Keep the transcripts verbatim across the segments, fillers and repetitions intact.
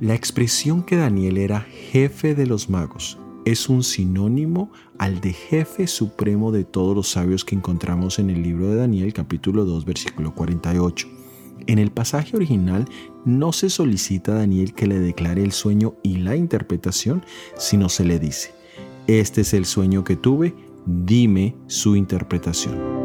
La expresión que Daniel era jefe de los magos es un sinónimo al de jefe supremo de todos los sabios que encontramos en el libro de Daniel, capítulo dos, versículo cuarenta y ocho. En el pasaje original no se solicita a Daniel que le declare el sueño y la interpretación, sino se le dice: este es el sueño que tuve, dime su interpretación.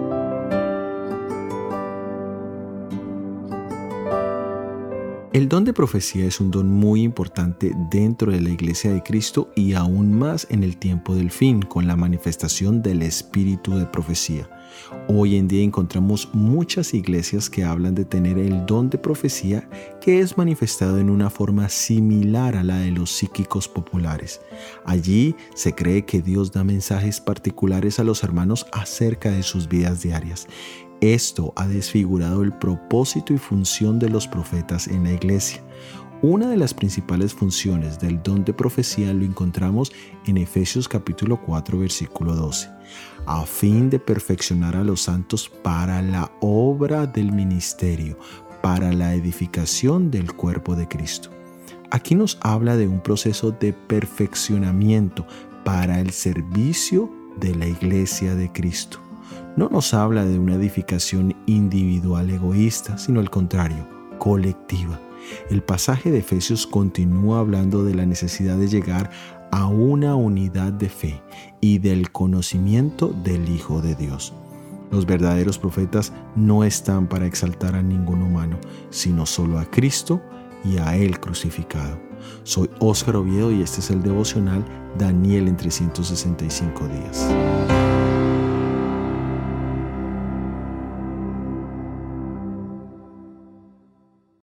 El don de profecía es un don muy importante dentro de la Iglesia de Cristo y aún más en el tiempo del fin, con la manifestación del espíritu de profecía. Hoy en día encontramos muchas iglesias que hablan de tener el don de profecía, que es manifestado en una forma similar a la de los psíquicos populares. Allí se cree que Dios da mensajes particulares a los hermanos acerca de sus vidas diarias. Esto ha desfigurado el propósito y función de los profetas en la iglesia. Una de las principales funciones del don de profecía lo encontramos en Efesios capítulo cuatro, versículo doce. A fin de perfeccionar a los santos para la obra del ministerio, para la edificación del cuerpo de Cristo. Aquí nos habla de un proceso de perfeccionamiento para el servicio de la iglesia de Cristo. No nos habla de una edificación individual egoísta, sino al contrario, colectiva. El pasaje de Efesios continúa hablando de la necesidad de llegar a una unidad de fe y del conocimiento del Hijo de Dios. Los verdaderos profetas no están para exaltar a ningún humano, sino solo a Cristo y a Él crucificado. Soy Óscar Oviedo y este es el devocional Daniel en trescientos sesenta y cinco días.